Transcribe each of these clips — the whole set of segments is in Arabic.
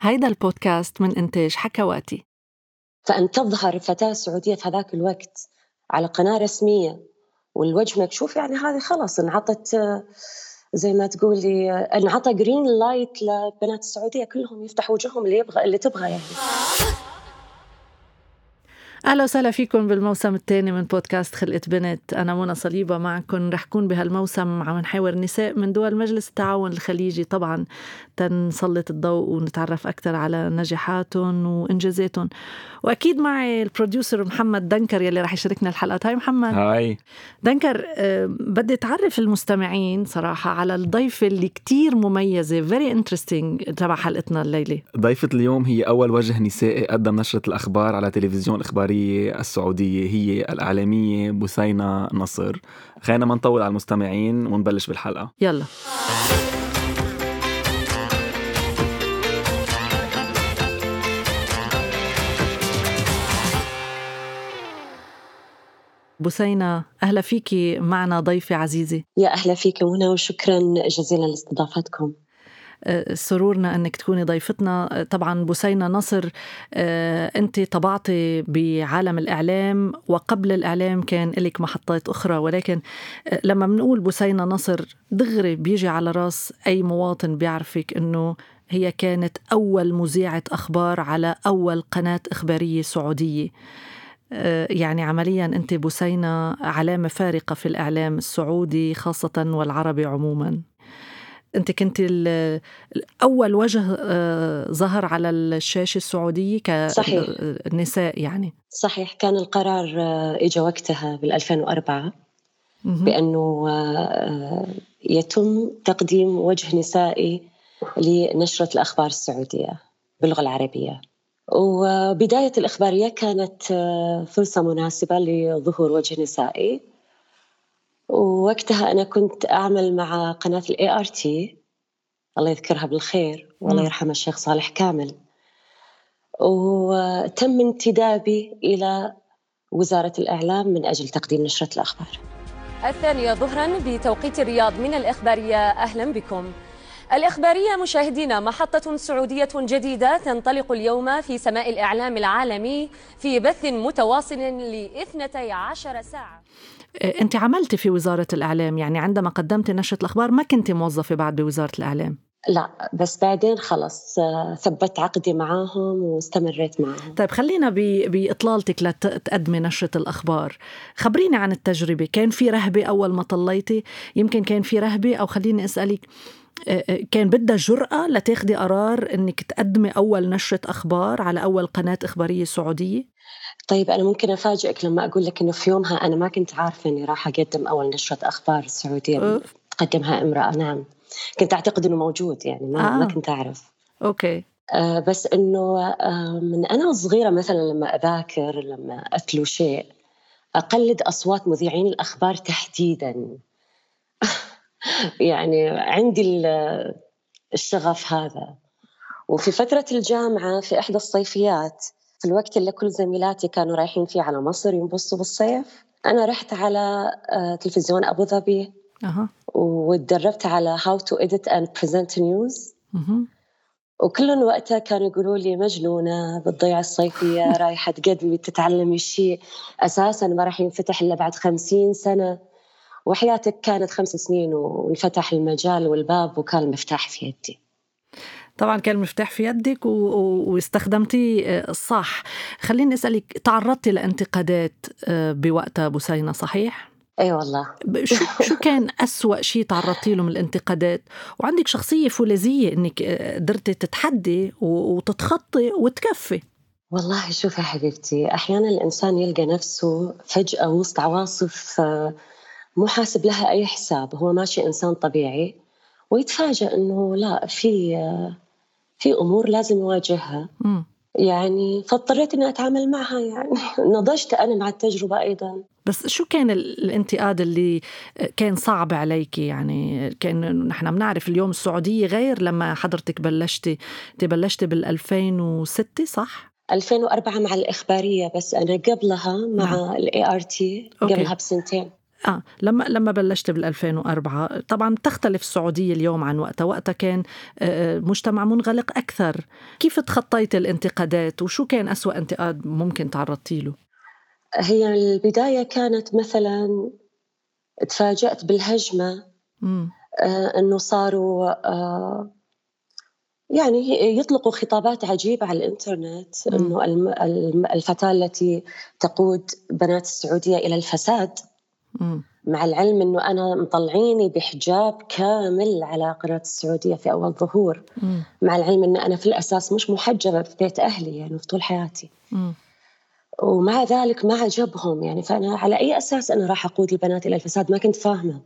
هيدا البودكاست من إنتاج حكواتي. فأن تظهر فتاة سعودية في هذاك الوقت على قناة رسمية والوجه مكشوف، يعني هذه خلاص انعطت، زي ما تقولي انعطى جرين لايت لبنات السعودية كلهم يفتحوا وجههم اللي تبغى يعني. أهلا وسهلا فيكم بالموسم الثاني من بودكاست خلقة بنت. أنا منى صليبة معكم. رح كون بهالموسم عم نحاور نساء من دول مجلس التعاون الخليجي، طبعا تنسلط الضوء ونتعرف أكثر على نجاحاتهم وإنجازاتهم. وأكيد معي البروديوسر محمد دنكر يلي رح يشاركنا الحلقات. هاي محمد. هاي دنكر، بدي تعرف المستمعين صراحة على الضيفة اللي كتير مميزة very interesting تبع حلقتنا الليلة. ضيفة اليوم هي أول وجه نسائي قدم نشرة الأخبار على تلفزيون الإخبارية السعودية، هي الإعلامية بثينة نصر. خلينا ما نطول على المستمعين ونبلش بالحلقة. يلا. بثينة، أهلا فيكي معنا ضيفة عزيزة. يا أهلا فيك منى، وشكرا جزيلا لاستضافتكم. سرورنا أنك تكوني ضيفتنا. طبعا بثينة نصر، أنت طبعتي بعالم الإعلام، وقبل الإعلام كان لك محطات أخرى، ولكن لما بنقول بثينة نصر دغري بيجي على راس أي مواطن بيعرفك أنه هي كانت أول مذيعة أخبار على أول قناة إخبارية سعودية. يعني عمليا أنت بثينة علامة فارقة في الإعلام السعودي خاصة والعربي عموما. أنت كنت أول وجه ظهر على الشاشة السعودية كنساء يعني. صحيح، كان القرار إجا وقتها بال2004 بأنه يتم تقديم وجه نسائي لنشرة الأخبار السعودية باللغة العربية. وبداية الإخبارية كانت فرصة مناسبة لظهور وجه نسائي، ووقتها أنا كنت أعمل مع قناة ART الله يذكرها بالخير والله يرحمه الشيخ صالح كامل، وتم انتدابي إلى وزارة الإعلام من أجل تقديم نشرة الأخبار. 2 ظهرا بتوقيت الرياض من الإخبارية. أهلا بكم. الإخبارية مشاهدينا محطة سعودية جديدة تنطلق اليوم في سماء الإعلام العالمي في بث متواصل ل12 ساعة. أنت عملتي في وزارة الإعلام، يعني عندما قدمت نشرة الأخبار ما كنت موظفة بعد بوزارة الإعلام؟ لا، بس بعدين خلص ثبت عقدي معاهم واستمريت معاهم. طيب خلينا بإطلالتك لتقدمي نشرة الأخبار. خبريني عن التجربة. كان في رهبة أول ما طليتي؟ يمكن كان في رهبة، أو خليني أسألك، كان بدها جرأة لتاخدي قرار أنك تقدمي أول نشرة أخبار على أول قناة إخبارية سعودية؟ طيب أنا ممكن أفاجئك لما أقول لك أنه في يومها أنا ما كنت عارفة أني راح أقدم أول نشرة أخبار السعودية تقدمها امرأة. نعم، كنت أعتقد أنه موجود، يعني ما كنت أعرف. أوكي. بس أنه من أنا صغيرة مثلا لما أذاكر، لما أتلو شيء، أقلد أصوات مذيعين الأخبار تحديدا. يعني عندي الشغف هذا. وفي فترة الجامعة في إحدى الصيفيات، في الوقت اللي كل زميلاتي كانوا رايحين فيه على مصر ينبسطوا بالصيف، أنا رحت على تلفزيون أبو ظبي وتدربت على How to edit and present news. وكلهم وقتها كانوا يقولوا لي مجنونة بتضيع الصيفية رايحة تقدمي تتعلمي شيء أساساً ما راح ينفتح إلا بعد 50 سنة، وحياتك كانت 5 سنين وانفتح المجال والباب وكان المفتاح في يدي. طبعا كان المفتاح في يدك واستخدمتي الصح. خليني أسألك، تعرضتي لانتقادات بوقتها بثينة صحيح؟ أي والله. شو كان أسوأ شيء تعرضتي له من الانتقادات؟ وعندك شخصية فولاذية إنك قدرتي تتحدي وتتخطي وتكفي. والله شوف يا حبيبتي، أحيانا الإنسان يلقى نفسه فجأة وسط عواصف مو حاسب لها أي حساب، هو ماشي إنسان طبيعي ويتفاجأ إنه لا، في أمور لازم يواجهها. يعني فاضطريت إني أتعامل معها، يعني نضجت أنا مع التجربة أيضا. بس شو كان الانتقاد اللي كان صعب عليك؟ يعني كان نحن بنعرف اليوم السعودية غير لما حضرتك بلشتي بال2006 صح؟ 2004 مع الإخبارية، بس أنا قبلها مع ART قبلها ب2 سنين. لما بلشت بال2004 طبعا تختلف السعودية اليوم عن وقتها كان مجتمع منغلق أكثر. كيف تخطيت الانتقادات وشو كان أسوأ انتقاد ممكن تعرضتي له؟ هي البداية كانت مثلا تفاجأت بالهجمة أنه صاروا يعني يطلقوا خطابات عجيبة على الإنترنت أنه الفتاة التي تقود بنات السعودية إلى الفساد، مع العلم أنه أنا مطلعيني بحجاب كامل على قناة السعودية في أول ظهور، مع العلم أنه أنا في الأساس مش محجبة في بيت أهلي يعني في طول حياتي. ومع ذلك ما عجبهم يعني، فأنا على أي أساس أنا راح أقود البنات إلى الفساد؟ ما كنت فاهمة.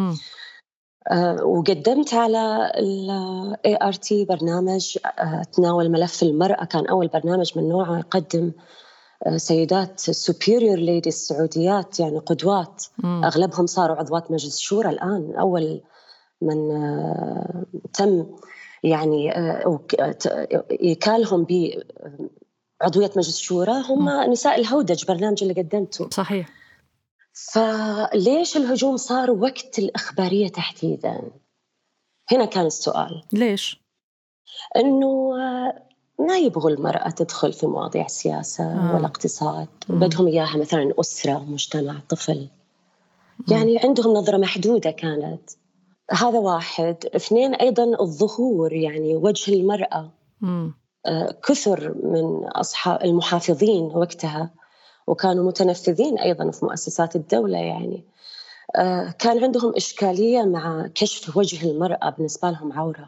وقدمت على ال ART برنامج تناول ملف المرأة، كان أول برنامج من نوعه يقدم سيدات superior ladies السعوديات يعني قدوات. أغلبهم صاروا عضوات مجلس الشورى الآن. أول من تم يعني إيكالهم بعضوية مجلس الشورى هم نساء الهودج، برنامج اللي قدمته. صحيح. فليش الهجوم صار وقت الإخبارية تحديداً؟ هنا كان السؤال. ليش؟ إنه ما يبغوا المرأة تدخل في مواضيع سياسة ولا اقتصاد، بدهم إياها مثلاً أسرة، مجتمع، طفل. يعني عندهم نظرة محدودة كانت. هذا واحد. اثنين، أيضاً الظهور يعني وجه المرأة. كثر من أصحاب المحافظين وقتها وكانوا متنفذين أيضاً في مؤسسات الدولة يعني كان عندهم إشكالية مع كشف وجه المرأة، بالنسبة لهم عورة.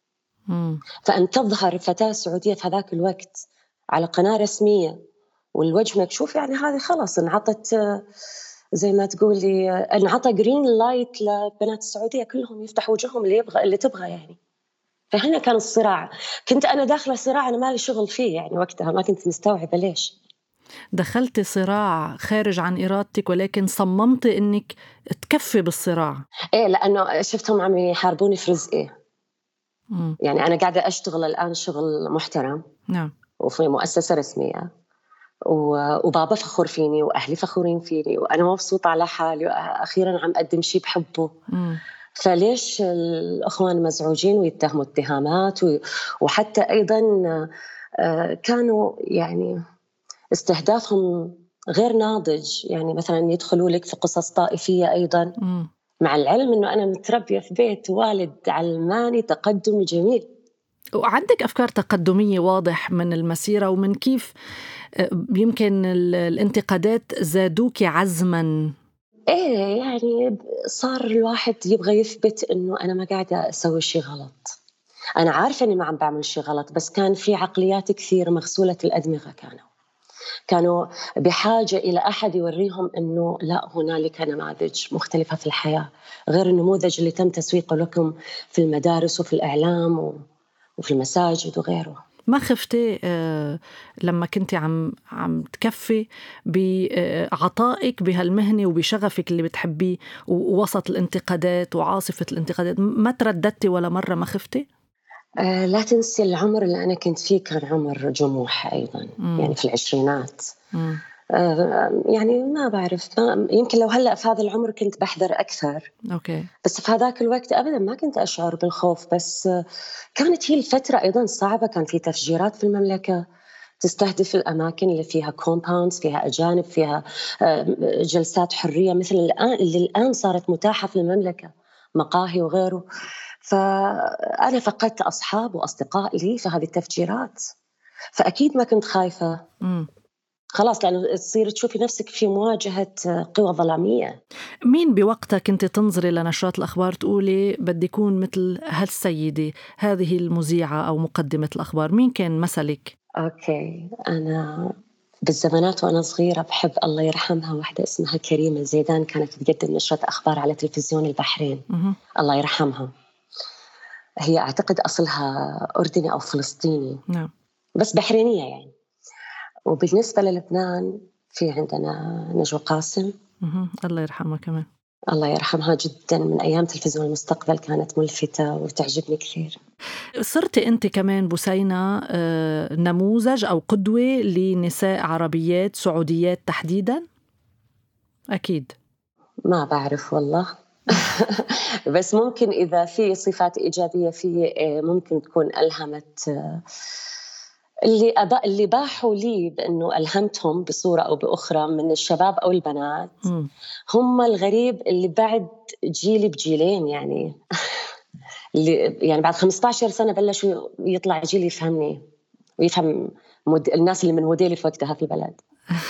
فأن تظهر فتاة سعودية في هذاك الوقت على قناة رسمية والوجه مكشوف، يعني هذه خلاص انعطت زي ما تقولي، انعطى جرين لايت لبنات السعودية كلهم يفتحوا وجههم اللي تبغى يعني. فهنا كان الصراع. كنت أنا داخلة صراع أنا مالي شغل فيه يعني، وقتها ما كنت مستوعبة ليش دخلت صراع خارج عن إرادتك، ولكن صممت إنك تكفي بالصراع. إيه، لأنه شفتهم عم يحاربوني في رزقي. يعني أنا قاعدة أشتغل الآن شغل محترم. نعم. وفي مؤسسة رسمية وبابا فخور فيني وأهلي فخورين فيني وأنا مبسوطة على حالي وأخيراً عم أقدم شيء بحبه. فليش الأخوان مزعوجين ويتهموا اتهامات وحتى أيضاً كانوا يعني استهدافهم غير ناضج، يعني مثلاً يدخلوا لك في قصص طائفية أيضاً. مع العلم أنه أنا متربية في بيت والد علماني تقدمي جميل، وعندك أفكار تقدمية واضح من المسيرة، ومن كيف يمكن الانتقادات زادوك عزماً. إيه يعني صار الواحد يبغى يثبت إنه أنا ما قاعدة أسوي شيء غلط. أنا عارفة إني ما عم بعمل شيء غلط، بس كان في عقليات كثير مغسولة الأدمغة، كانوا بحاجة إلى أحد يوريهم إنه لا، هنالك نماذج مختلفة في الحياة غير النموذج اللي تم تسويقه لكم في المدارس وفي الإعلام وفي المساجد وغيره. ما خفتي لما كنتي عم تكفي بعطائك بهالمهنة وبشغفك اللي بتحبيه ووسط الانتقادات وعاصفة الانتقادات، ما ترددتي ولا مرة؟ ما خفتي؟ لا تنسي العمر اللي أنا كنت فيه كان عمر جموح أيضا. يعني في العشرينات. يعني ما بعرف، يمكن لو هلأ في هذا العمر كنت بحذر أكثر. أوكي. بس في هذاك الوقت أبدا ما كنت أشعر بالخوف، بس كانت هي الفترة أيضا صعبة. كان في تفجيرات في المملكة تستهدف الأماكن اللي فيها كومباوندز، فيها أجانب، فيها جلسات حرية مثل اللي الآن صارت متاحة في المملكة، مقاهي وغيره. فأنا فقدت أصحاب وأصدقاء لي في هذه التفجيرات، فأكيد ما كنت خايفة. خلاص، لأنه تصير تشوفي نفسك في مواجهة قوى ظلامية. مين بوقتها كنت تنظري لنشرات الأخبار تقولي بدي يكون مثل هالسيدة، هذه المذيعة أو مقدمة الأخبار؟ مين كان مثلك؟ أوكي، أنا بالزمانات وأنا صغيرة بحب الله يرحمها واحدة اسمها كريمة زيدان، كانت تقدم نشرة أخبار على تلفزيون البحرين. الله يرحمها. هي أعتقد أصلها أردني أو فلسطيني. نعم. بس بحرينية يعني. وبالنسبة للبنان في عندنا نجوى قاسم. الله يرحمها كمان. الله يرحمها جدا، من أيام تلفزيون المستقبل كانت ملفتة وتعجبني كثير. صرتي أنت كمان بوسينة نموذج أو قدوة لنساء عربيات سعوديات تحديدا؟ أكيد. ما بعرف والله. بس ممكن إذا في صفات إيجابية فيه ممكن تكون ألهمت اللي باحوا لي بأنه ألهمتهم بصورة أو بأخرى من الشباب أو البنات. هم الغريب اللي بعد جيلي بجيلين يعني اللي يعني بعد 15 سنة بلشوا يطلع جيل يفهمني ويفهم الناس اللي من موديلي في وقتها في البلد.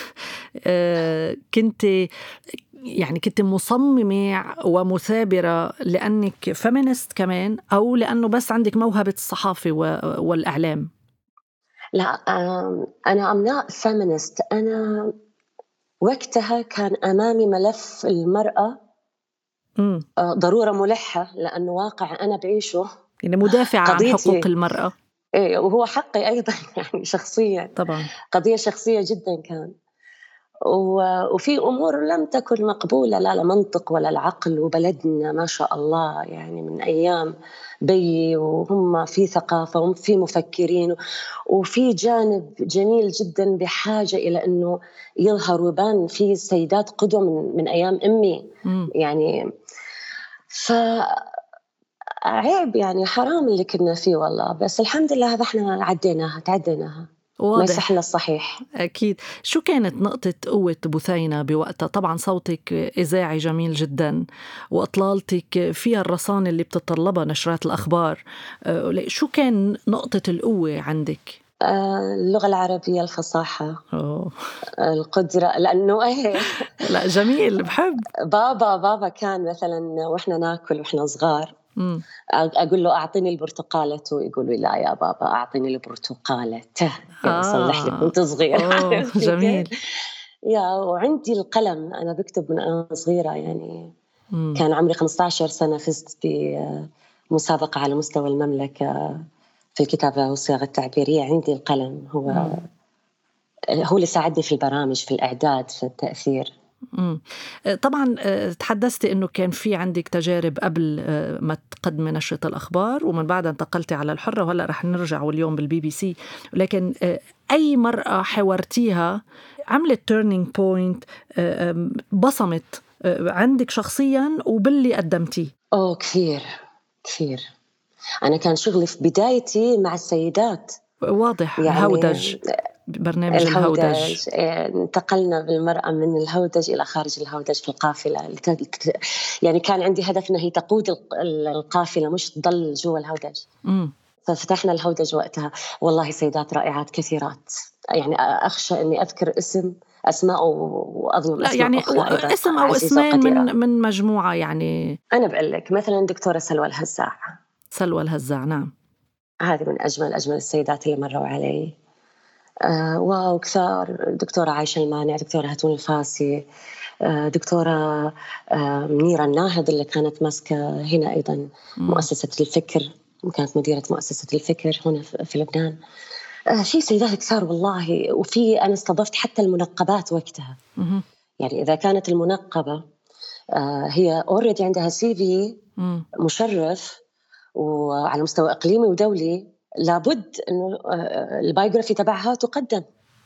كنت مصممة ومثابرة لأنك فيمينست كمان، أو لأنه بس عندك موهبة الصحافة والإعلام؟ لا، أنا I'm not feminist. أنا وقتها كان أمامي ملف المرأة ضرورة ملحة، لأنه واقع أنا بعيشه، يعني مدافعة عن قضيتي. حقوق المرأة. إيه، وهو حقي أيضا يعني شخصيا طبعا، قضية شخصية جدا كان. وفي أمور لم تكن مقبولة لا المنطق ولا العقل، وبلدنا ما شاء الله يعني من أيام بي وهم في ثقافة وهم في مفكرين، وفي جانب جميل جدا بحاجة إلى أنه يظهر ويبان في سيدات قدوة من أيام أمي. يعني عيب يعني حرام اللي كنا فيه والله، بس الحمد لله هذا احنا تعديناها. ما يصح لنا الصحيح. أكيد. شو كانت نقطة قوة بثينة بوقتها؟ طبعا صوتك إذاعي جميل جدا، وأطلالتك فيها الرصانة اللي بتطلبها نشرات الأخبار. شو كان نقطة القوة عندك؟ اللغة العربية الفصاحة. القدرة، لأنه لا جميل، بحب. بابا كان مثلا وإحنا ناكل وإحنا صغار أقول له أعطيني البرتقالة، ويقول لي لا يا بابا أعطيني البرتقالة يعني صلح لك وانت صغير. جميل. وعندي القلم، أنا بكتب من أنا صغيرة يعني. كان عمري 15 سنة فزت بمسابقة على مستوى المملكة في الكتابة والصياغة التعبيرية. عندي القلم، هو اللي ساعدني في البرامج، في الإعداد، في التأثير. طبعا تحدثتي أنه كان في عندك تجارب قبل ما تقدمي نشرة الأخبار، ومن بعدها انتقلتي على الحرة، وهلأ رح نرجع واليوم بالBBC. ولكن أي مرأة حوارتيها عملت turning point، بصمت عندك شخصيا وباللي قدمتيه؟ كثير. أنا كان شغلي في بدايتي مع السيدات، واضح يعني الهودج، برنامج الهودج. انتقلنا بالمرأة من الهودج إلى خارج الهودج في القافلة. يعني كان عندي هدف أنها هي تقود القافلة مش تضل جوا الهودج. ففتحنا الهودج وقتها. والله سيدات رائعات كثيرات، يعني أخشى أني أذكر أسماء وأظلم أسماء يعني أخرى أيضا، اسم أو اسمين من مجموعة. يعني أنا بقول لك مثلا دكتورة سلوى الهزاع. نعم، هذه من أجمل السيدات اللي مروا علي. واو كثار. دكتورة عايشة المانع، دكتورة هاتون الفاسي، دكتورة منيرة الناهض اللي كانت ماسكة هنا أيضا مؤسسة الفكر، وكانت مديرة مؤسسة الفكر هنا في لبنان. في سيدات كثار والله. وفي أنا استضفت حتى المنقبات وقتها. يعني إذا كانت المنقبة هي already عندها CV مشرف وعلى مستوى إقليمي ودولي، لابد إنه البايوغرافي تبعها تقدم.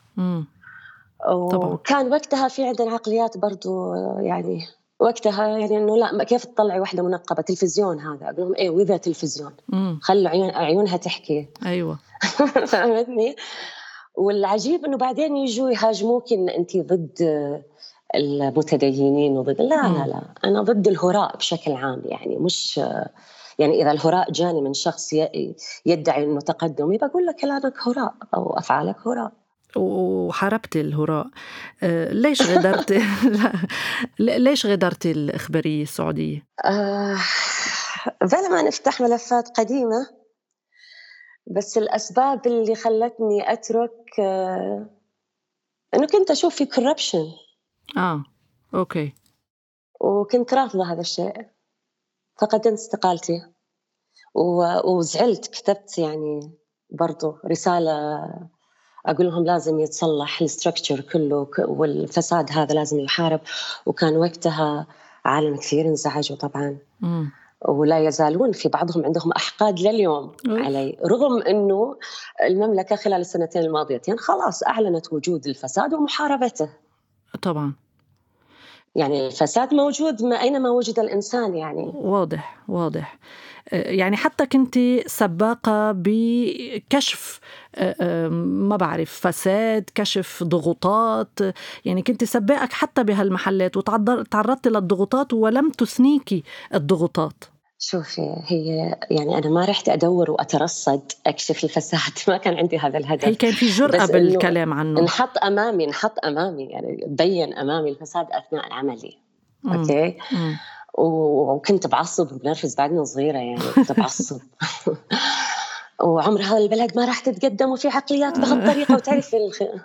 وكان وقتها في عندنا عقليات برضو، يعني وقتها يعني إنه لا، كيف تطلعي واحدة منقبة تلفزيون؟ هذا أقول لهم وإذا تلفزيون خلوا عيونها تحكي. أيوة. فهمتني. والعجيب إنه بعدين يجوا يهاجموك إن أنتي ضد المتدينين وضد لا أنا ضد الهراء بشكل عام. يعني مش يعني إذا الهراء جاني من شخص يدعي إنه تقدم، يبقى أقول لك كلامك هراء أو أفعالك هراء. وحاربت الهراء. ليش غدرتي؟ ليش غدرتي الإخبارية السعودية؟ بلا ما نفتح ملفات قديمة، بس الأسباب اللي خلتني أترك إنه كنت أشوف في كوربشن. أوكي. وكنت رافضة هذا الشيء، فقدمت استقالتي وزعلت. كتبت يعني برضو رسالة أقول لهم لازم يتصلح الستركتشر كله، والفساد هذا لازم يحارب. وكان وقتها عالم كثير انزعجوا طبعا. ولا يزالون في بعضهم عندهم أحقاد لليوم علي، رغم أنه المملكة خلال السنتين الماضيتين خلاص أعلنت وجود الفساد ومحاربته. طبعا. يعني الفساد موجود أينما وجد الإنسان يعني. واضح. يعني حتى كنت سباقة بكشف ما بعرف فساد، كشف ضغوطات، يعني كنت سباقك حتى بهالمحلات وتعرضت للضغوطات ولم تثنيكي الضغوطات. شوفي، هي يعني أنا ما رحت أدور وأترصد أكشف الفساد ما كان عندي هذا الهدف. هي كان في جرأة بالكلام عنه، نحط أمامي يعني بين أمامي الفساد أثناء عملي. أوكي. وكنت بعصب وبنرفز بعدنا صغيرة، يعني كنت بعصب وعمر هذا البلد ما راح تتقدم وفي عقليات بهالطريقة وتعرف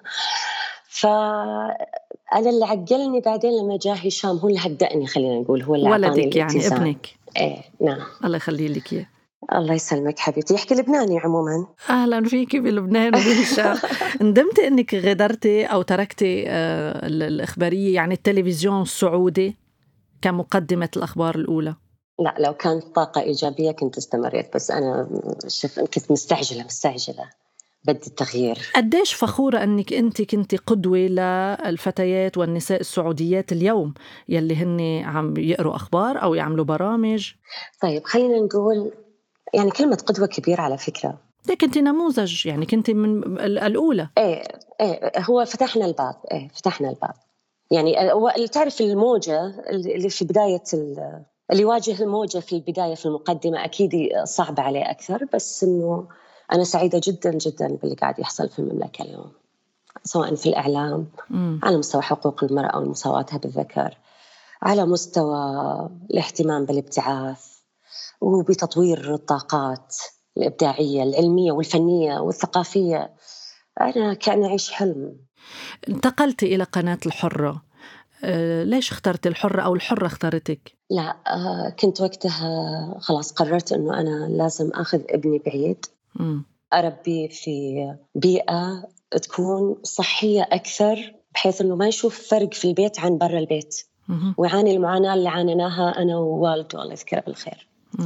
فأنا اللي عقلني بعدين لما جاء هشام، هو اللي هدأني، خلينا نقول هو اللي أعطاني ولدك يعني ابنك. إيه نعم. الله يخلي لك إياه. الله يسلمك حبيبتي. يحكي لبناني عموما. أهلا فيكي بلبنان وبهشام. ندمتي أنك غادرتي أو تركتي الإخبارية، يعني التلفزيون السعودي كمقدمة الأخبار الأولى؟ لا، لو كانت طاقة إيجابية كنت استمريت، بس أنا كنت مستعجلة بدي التغيير. قديش فخورة أنك أنت كنت قدوة للفتيات والنساء السعوديات اليوم يلي هن عم يقروا أخبار أو يعملوا برامج؟ طيب خلينا نقول يعني كلمة قدوة كبيرة على فكرة. كنت نموذج، يعني كنت من الأولى. إيه هو فتحنا الباب. يعني تعرف الموجة اللي في بداية اللي يواجه الموجة في البداية في المقدمة أكيد صعب عليه أكثر، بس إنه أنا سعيدة جدا جدا باللي قاعد يحصل في المملكة اليوم، سواء في الإعلام على مستوى حقوق المرأة ومساواتها بالذكر، على مستوى الاهتمام بالابتعاث وبتطوير الطاقات الإبداعية العلمية والفنية والثقافية. أنا كأني أعيش حلم. انتقلت إلى قناة الحرة، ليش اخترت الحرة أو الحرة اختارتك؟ لا، كنت وقتها خلاص قررت أنه أنا لازم أخذ ابني بعيد، أربيه في بيئة تكون صحية أكثر، بحيث أنه ما يشوف فرق في البيت عن برا البيت ويعاني المعاناة اللي عانيناها أنا ووالده الله يذكره بالخير.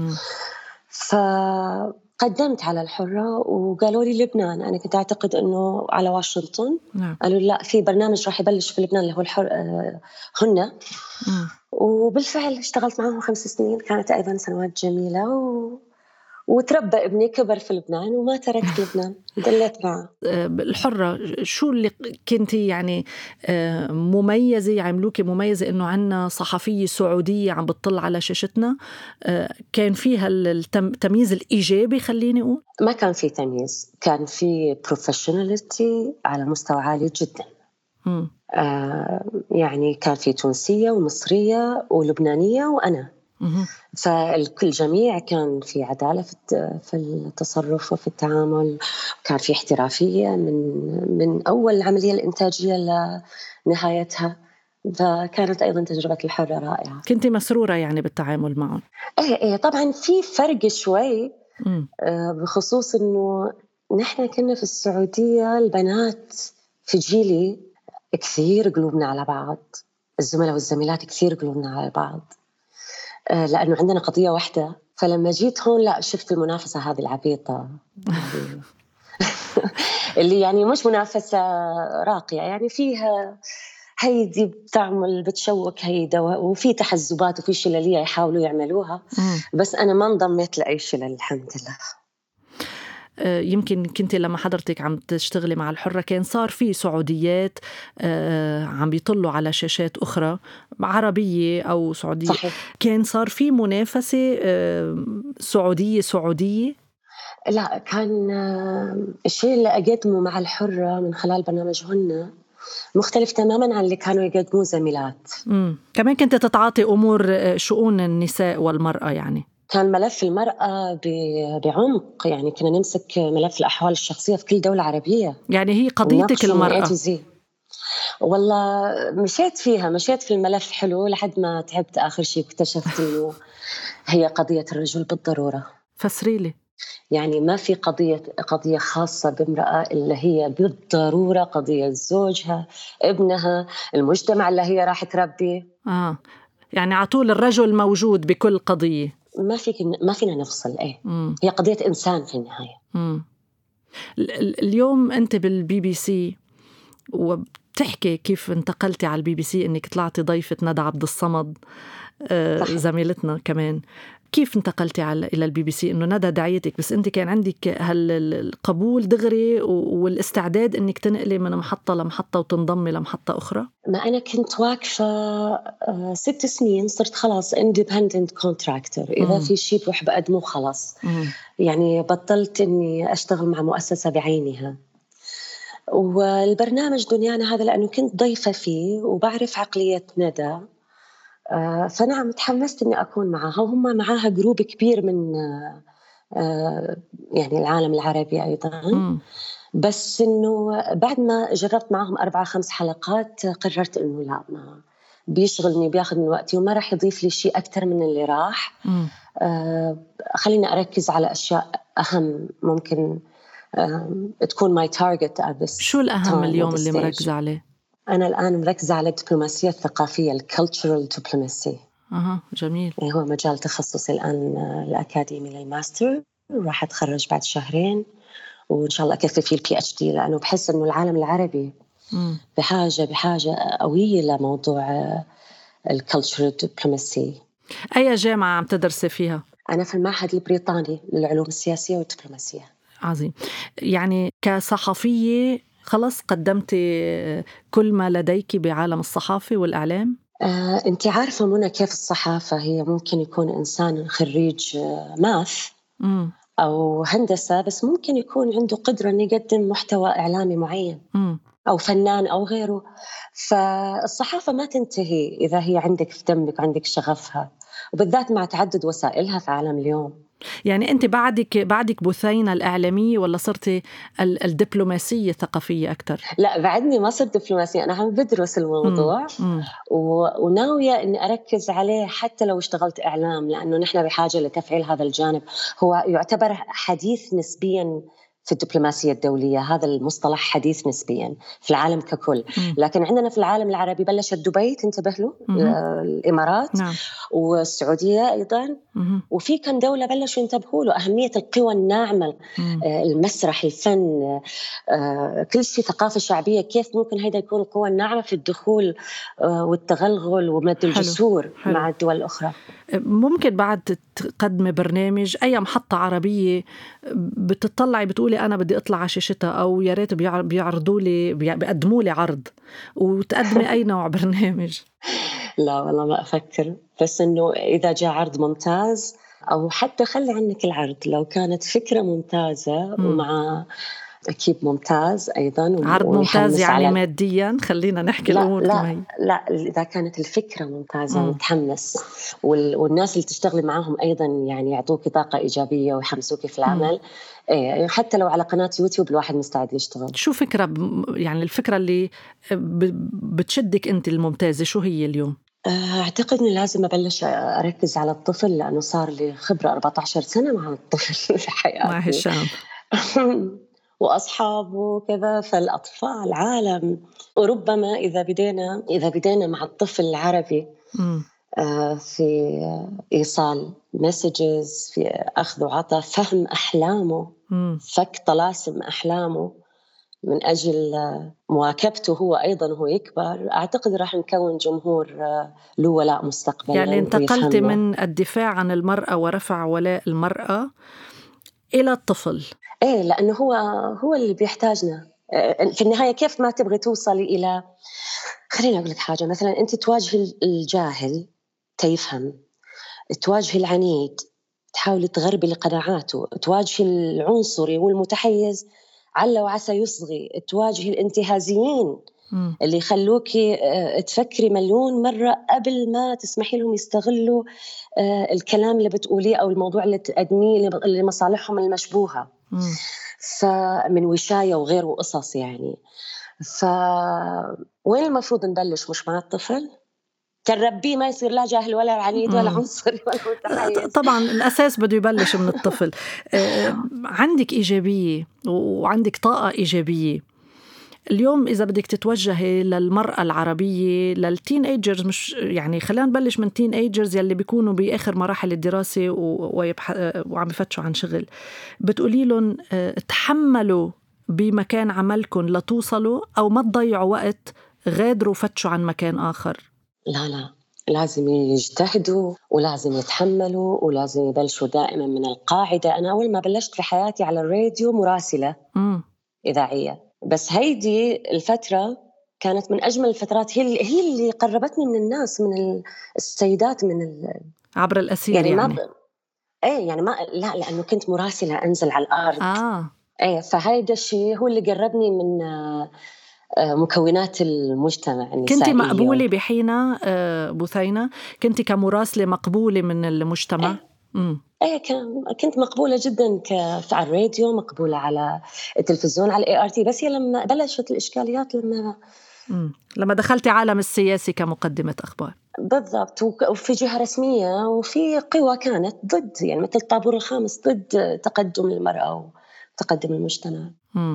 فقدمت على الحرة وقالوا لي لبنان. أنا كنت أعتقد أنه على واشنطن. قالوا لا، في برنامج راح يبلش في لبنان اللي هو هن. وبالفعل اشتغلت معهم 5 سنين، كانت أيضا سنوات جميلة وتربى ابني، كبر في لبنان وما تركت لبنان، دلت معه. الحرة شو اللي كنتي يعني مميزة، عملوكي مميزة إنه عنا صحفية سعودية عم بتطل على شاشتنا؟ كان فيها التمييز الإيجابي، خليني أقول؟ ما كان في تمييز، كان في بروفيشناليتي على مستوى عالي جدا. يعني كان في تونسية ومصرية ولبنانية وأنا. فالكل جميع كان في عدالة في التصرف وفي التعامل، كان في احترافية من أول العملية الإنتاجية لنهايتها. فكانت أيضا تجربة الحرة رائعة. كنتي مسرورة يعني بالتعامل معهم؟ إيه طبعا في فرق شوي، بخصوص إنه نحن كنا في السعودية البنات في جيلي كثير قلوبنا على بعض، الزملاء والزميلات كثير قلوبنا على بعض، لأنه عندنا قضية واحدة. فلما جيت هون لا، شفت المنافسة هذه العبيطة اللي يعني مش منافسة راقية، يعني فيها هيدي بتعمل بتشوك هيدا، وفي تحزبات وفي شلالية يحاولوا يعملوها. بس أنا ما انضميت لأي شلل الحمد لله. يمكن كنت لما حضرتك عم تشتغلي مع الحرة كان صار في سعوديات عم بيطلوا على شاشات أخرى عربية أو سعودية. صحيح. كان صار في منافسة سعودية؟ لا، كان الشيء اللي أقدمه مع الحرة من خلال برنامجهن مختلف تماماً عن اللي كانوا يقدموه زميلات. كمان كنت تتعاطي أمور شؤون النساء والمرأة، يعني كان ملف المرأة بعمق، يعني كنا نمسك ملف الأحوال الشخصية في كل دولة عربية. يعني هي قضيتك المرأة. والله مشيت في الملف حلو لحد ما تعبت آخر شيء، اكتشفت إنه هي قضية الرجل بالضرورة. فسريلي. يعني ما في قضية خاصة بامرأة إلا هي بالضرورة قضية زوجها، ابنها، المجتمع اللي هي راح تربيه. يعني عطول الرجل موجود بكل قضية، ما فينا نفصل. هي قضية إنسان في النهاية. اليوم أنت بالBBC تحكي كيف انتقلتي على الBBC إنك طلعتي ضيفة ندى عبد الصمد زميلتنا كمان. كيف انتقلتي إلى الBBC؟ إنه ندى دعيتك بس أنت كان عندك القبول دغري والاستعداد إنك تنقلي من محطة لمحطة وتنضمي لمحطة أخرى؟ ما أنا كنت واقفة 6 سنين، صرت خلاص independent contractor. إذا في شيء بروح بقدمه خلاص. يعني بطلت إني أشتغل مع مؤسسة بعينها. والبرنامج دنيانا هذا لأنه كنت ضيفة فيه وبعرف عقلية ندى، فنعم تحمست إني أكون معها. وهم معاها جروب كبير من يعني العالم العربي أيضا. بس إنه بعد ما جربت معهم 4-5 حلقات قررت إنه لا، ما بيشغلني، بياخذ من وقتي وما راح يضيف لي شيء أكتر من اللي راح. خليني أركز على أشياء أهم ممكن تكون my target at this. شو الأهم اليوم اللي مركزة عليه؟ أنا الآن مركزة على الدبلوماسية الثقافية، cultural diplomacy. جميل. هو مجال تخصصي الآن الأكاديمي للماستر، وراح أتخرج بعد 2 شهر وإن شاء الله أكثر فيه PhD، لأنه بحس إنه العالم العربي بحاجة قوية لموضوع cultural diplomacy. أي جامعة عم تدرسي فيها؟ أنا في المعهد البريطاني للعلوم السياسية والدبلوماسية. عظيم. يعني كصحفية خلص قدمتي كل ما لديك بعالم الصحافة والإعلام؟ أنت عارفة منى كيف الصحافة هي ممكن يكون إنسان خريج ماث أو هندسة، بس ممكن يكون عنده قدرة أن يقدم محتوى إعلامي معين أو فنان أو غيره. فالصحافة ما تنتهي إذا هي عندك في دمك وعندك شغفها، وبالذات مع تعدد وسائلها في عالم اليوم. يعني أنت بعدك بثينة الإعلامية ولا صرتي الدبلوماسية الثقافية أكتر؟ لا، بعدني ما صرت دبلوماسية، أنا عم بدرس الموضوع وناوية أني أركز عليه حتى لو اشتغلت إعلام، لأنه نحن بحاجة لتفعيل هذا الجانب. هو يعتبر حديث نسبياً في الدبلوماسية الدولية، هذا المصطلح حديث نسبياً في العالم ككل. لكن عندنا في العالم العربي بلشت دبي تنتبه له، الإمارات والسعودية أيضاً، وفي كم دولة بلشوا ينتبهوا له أهمية القوى الناعمة، المسرح، الفن، كل شيء، ثقافة شعبية، كيف ممكن هيدا يكون القوى الناعمة في الدخول والتغلغل ومد الجسور مع الدول الأخرى. ممكن بعد تقدمي برنامج أي محطة عربية بتطلعي بتقولي أنا بدي أطلع على شاشتها، أو يا ريت بيعرضوا لي بيقدموا لي عرض، وتقدمي أي نوع برنامج؟ لا والله ما أفكر، بس إنه إذا جاء عرض ممتاز، أو حتى خلي عنك العرض، لو كانت فكرة ممتازة ومع أكيد ممتاز أيضاً، عرض ممتاز يعني مادياً، خلينا نحكي الأمور كما هي. لا، إذا كانت الفكرة ممتازة ومتحمس والناس اللي تشتغلي معاهم أيضاً يعني يعطوك طاقة إيجابية ويحمسوك في العمل. حتى لو على قناة يوتيوب الواحد مستعد يشتغل. شو فكرة يعني الفكرة اللي بتشدك أنت الممتازة شو هي اليوم؟ أعتقد أني لازم أبلش أركز على الطفل، لأنه صار لي خبرة 14 سنة مع الطفل في حياتي، مع هشام وأصحابه وكذا. فالأطفال عالم، وربما إذا بدينا مع الطفل العربي في إيصال مسجز، في أخذ وعطاء، فهم أحلامه، فك طلاسم أحلامه من أجل مواكبته هو أيضاً وهو يكبر، أعتقد راح نكون جمهور له ولاء مستقبلا. يعني انتقلت من الدفاع عن المرأة ورفع ولاء المرأة إلى الطفل. لأنه هو اللي بيحتاجنا في النهاية. كيف ما تبغي توصلي إلى، خليني أقول لك حاجة، مثلا أنت تواجهي الجاهل تيفهم، تواجهي العنيد تحاولي تغربي لقناعاته، تواجهي العنصري والمتحيز عل وعسى يصغي، تواجهي الانتهازيين اللي يخلوكي تفكري مليون مرة قبل ما تسمحي لهم يستغلوا الكلام اللي بتقوليه أو الموضوع اللي تقدميه لمصالحهم المشبوهة، فمن وشاية وغير وقصص يعني. وين المفروض نبلش؟ مش مع الطفل كربيه ما يصير لا جاهل ولا عنيد ولا عنصري ولا متحيز. طبعا الأساس بده يبلش من الطفل. عندك إيجابية وعندك طاقة إيجابية اليوم. إذا بدك تتوجهي للمرأة العربية، للتين ايجرز، مش يعني خلينا نبلش من تين ايجرز يلي بيكونوا بآخر مراحل الدراسة وعم يفتشوا عن شغل، بتقولي لهم تحملوا بمكان عملكم لتوصلوا، أو ما تضيعوا وقت غادروا فتشوا عن مكان آخر؟ لا، لازم يجتهدوا ولازم يتحملوا ولازم يبلشوا دائما من القاعدة. أنا أول ما بلشت في حياتي على الراديو مراسلة إذاعية، بس هيدي الفترة كانت من أجمل الفترات، هي اللي قربتني من الناس، من السيدات، عبر الأسير يعني. يعني ما لا، لأنه كنت مراسلة أنزل على الأرض. فهيدا الشيء هو اللي قربني من مكونات المجتمع النسائية. كنت مقبولة بحينها بثينة؟ كنت كمراسلة مقبولة من المجتمع؟ كنت مقبولة جدا على الراديو، مقبولة على التلفزيون، على ART. بس هي لما بلشت الإشكاليات، لما دخلتي عالم السياسي كمقدمة أخبار. بالضبط، وفي جهة رسمية وفي قوى كانت ضد، يعني مثل الطابور الخامس، ضد تقدم المرأة وتقدم المجتمع.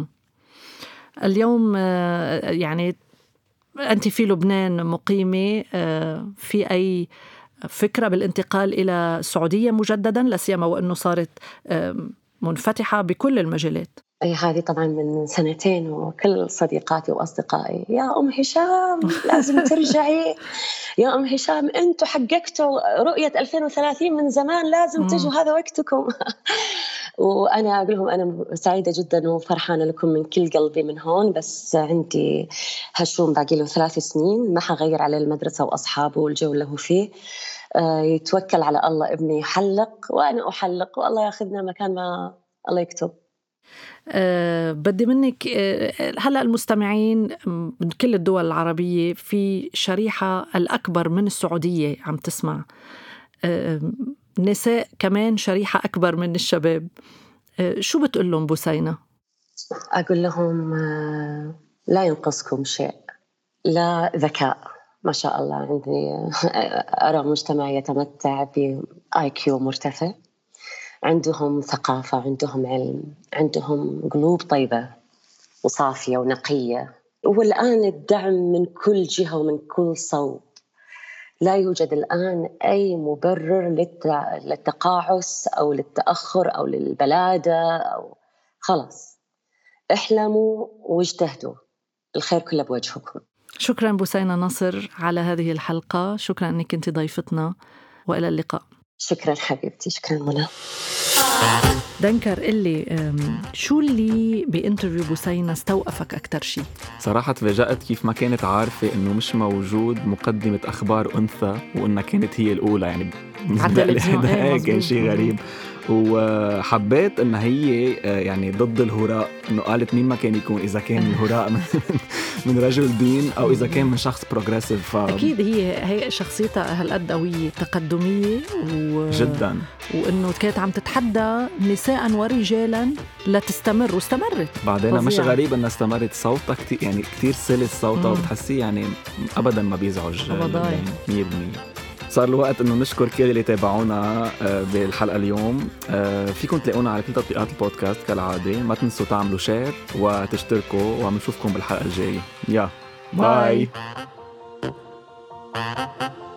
اليوم يعني أنت في لبنان مقيمة، في أي فكرة بالانتقال إلى السعودية مجددا، لسيما وأنه صارت منفتحة بكل المجالات؟ هذه طبعا من 2 وكل صديقاتي وأصدقائي: يا أم هشام لازم ترجعي، يا أم هشام أنتوا حققتوا رؤية 2030 من زمان، لازم تجوا، هذا وقتكم. وأنا أقول لهم أنا سعيدة جدا وفرحانة لكم من كل قلبي من هون، بس عندي هشوم باقي له 3 سنين، ما حغير على المدرسة وأصحابه والجو اللي هو فيه. يتوكل على الله، ابني يحلق وأنا أحلق، والله ياخذنا مكان ما الله يكتب. بدي منك هلأ المستمعين من كل الدول العربية، في شريحة الأكبر من السعودية عم تسمع، نساء كمان شريحة أكبر من الشباب، شو بتقول لهم بثينة؟ أقول لهم لا ينقصكم شيء، لا ذكاء، ما شاء الله عندي أرى مجتمع يتمتع بIQ مرتفع، عندهم ثقافة، عندهم علم، عندهم قلوب طيبة وصافية ونقية. والآن الدعم من كل جهة ومن كل صوب، لا يوجد الآن أي مبرر للتقاعس أو للتأخر أو للبلادة، أو خلاص احلموا واجتهدوا، الخير كله بوجهكم. شكرا بثينة نصر على هذه الحلقة، شكرا أنك كنت ضيفتنا، وإلى اللقاء. شكرا حبيبتي، شكرا منى. دنكر، اللي شو اللي بانترفيو بثينة استوقفك أكتر شيء؟ صراحة تفاجأت كيف ما كانت عارفة إنه مش موجود مقدمة أخبار أنثى، وإنها كانت هي الأولى يعني كان شيء غريب. وحبيت إنها هي يعني ضد الهراء، إنه قالت مين ما كان يكون، إذا كان الهراء من رجل دين أو إذا كان من شخص بروغريسيف. أكيد هي شخصيتها هالقد قوية تقدمية جدا، وإنه كانت عم تتحدى نساء ورجالا لتستمر، واستمرت. بعدين مش غريب إنها استمرت. صوتها كتير يعني كتير سلس صوتها، وبتحسيه يعني أبدا ما بيزعج 100%. صار الوقت إنه نشكر كل اللي تابعونا بالحلقة اليوم. فيكم تلاقونا على كل تطبيقات البودكاست كالعادة. ما تنسوا تعملوا شير وتشتركوا، وعم نشوفكم بالحلقة الجاية. باي.